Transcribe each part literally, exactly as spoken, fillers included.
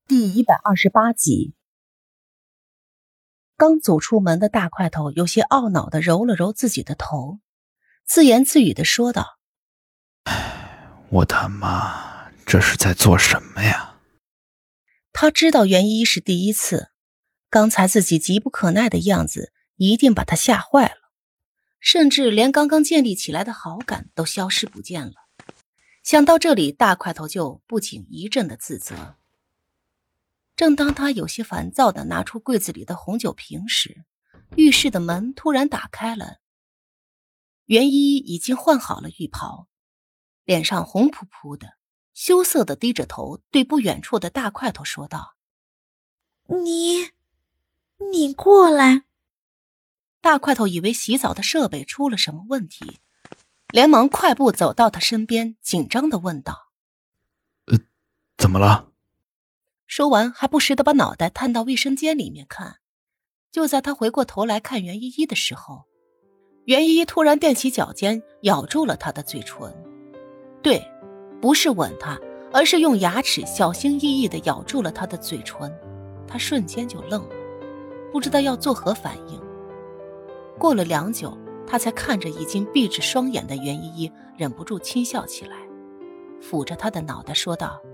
第一百二十八集。刚走出门的大块头有些懊恼地揉了揉自己的头，自言自语地说道： 我他妈这是在做什么呀？ 他知道袁依依是第一次，刚才自己急不可耐的样子一定把他吓坏了，甚至连刚刚建立起来的好感都消失不见了。想到这里，大块头就不禁一阵的自责。正当他有些烦躁地拿出柜子里的红酒瓶时，浴室的门突然打开了。袁依依已经换好了浴袍，脸上红扑扑的，羞涩地低着头对不远处的大块头说道： 你你过来。 大块头以为洗澡的设备出了什么问题，连忙快步走到他身边，紧张地问道： 呃，怎么了？ 说完还不时地把脑袋探到卫生间里面看。就在他回过头来看袁依依的时候，袁依依突然踮起脚尖咬住了他的嘴唇。对，不是吻他，而是用牙齿小心翼翼地咬住了他的嘴唇。他瞬间就愣了，不知道要作何反应。过了良久，他才看着已经闭着双眼的袁依依，忍不住轻笑起来，抚着他的脑袋说道：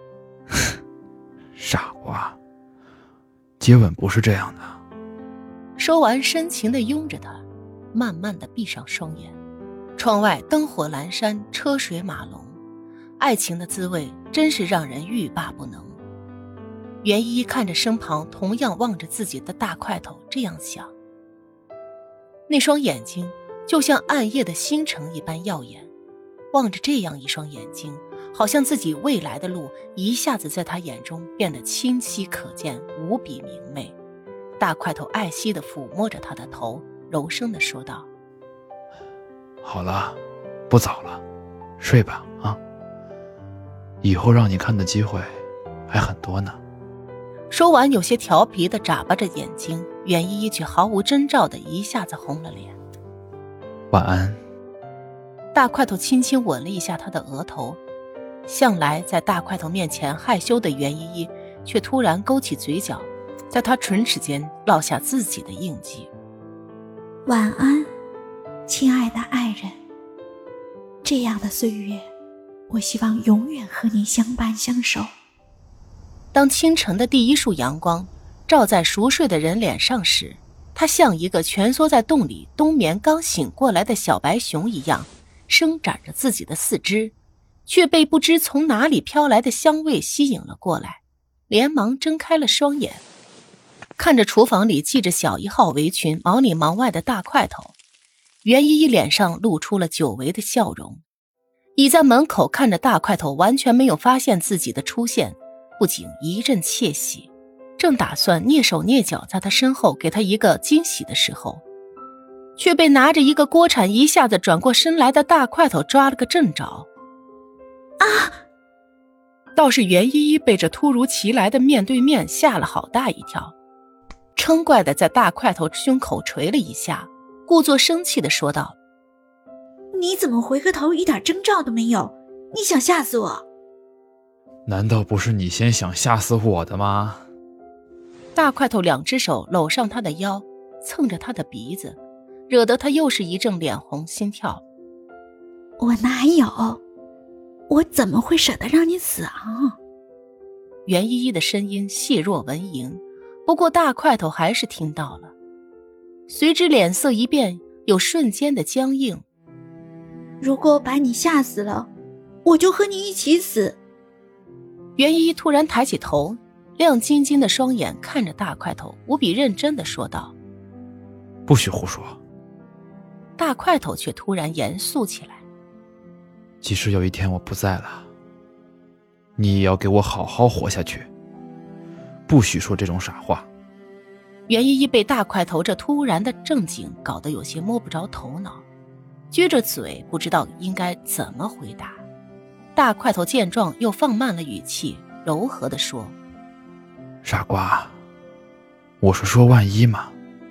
傻瓜，接吻不是这样的。 说完深情地拥着他，慢慢地闭上双眼。窗外灯火阑珊，车水马龙，爱情的滋味真是让人欲罢不能。袁依依看着身旁同样望着自己的大块头，这样想。那双眼睛就像暗夜的星辰一般耀眼，望着这样一双眼睛，好像自己未来的路一下子在他眼中变得清晰可见，无比明媚。大块头爱惜地抚摸着他的头，柔声地说道： 好了，不早了，睡吧啊！以后让你看的机会还很多呢。 说完有些调皮地眨巴着眼睛，袁依依却毫无征兆地一下子红了脸。 晚安。 大块头轻轻吻了一下他的额头，向来在大块头面前害羞的袁依依却突然勾起嘴角，在他唇齿间烙下自己的印记。 晚安，亲爱的爱人。这样的岁月，我希望永远和你相伴相守。 当清晨的第一束阳光照在熟睡的人脸上时，他像一个蜷缩在洞里冬眠刚醒过来的小白熊一样，伸展着自己的四肢，却被不知从哪里飘来的香味吸引了过来，连忙睁开了双眼，看着厨房里系着小一号围裙忙里忙外的大块头，袁依依脸上露出了久违的笑容。倚在门口看着大块头完全没有发现自己的出现，不仅一阵窃喜，正打算蹑手蹑脚在他身后给他一个惊喜的时候，却被拿着一个锅铲一下子转过身来的大块头抓了个正着。 啊！ 倒是袁依依被这突如其来的面对面吓了好大一跳，嗔怪地在大块头胸口捶了一下，故作生气地说道： 你怎么回个头一点征兆都没有？你想吓死我？ 难道不是你先想吓死我的吗？ 大块头两只手搂上他的腰，蹭着他的鼻子，惹得他又是一阵脸红心跳。 我哪有？我怎么会舍得让你死啊？ 袁依依的声音细若蚊蝇，不过大块头还是听到了，随之脸色一变，有瞬间的僵硬。 如果把你吓死了，我就和你一起死。 袁依依突然抬起头，亮晶晶的双眼看着大块头，无比认真地说道： 不许胡说。 大块头却突然严肃起来： 即使有一天我不在了，你也要给我好好活下去，不许说这种傻话。 袁依依被大块头这突然的正经搞得有些摸不着头脑，撅着嘴不知道应该怎么回答。大块头见状又放慢了语气，柔和地说： 傻瓜，我是说万一嘛。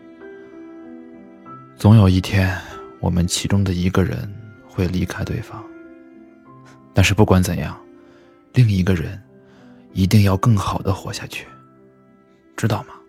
总有一天我们其中的一个人会离开对方，但是不管怎样，另一个人一定要更好的活下去，知道吗？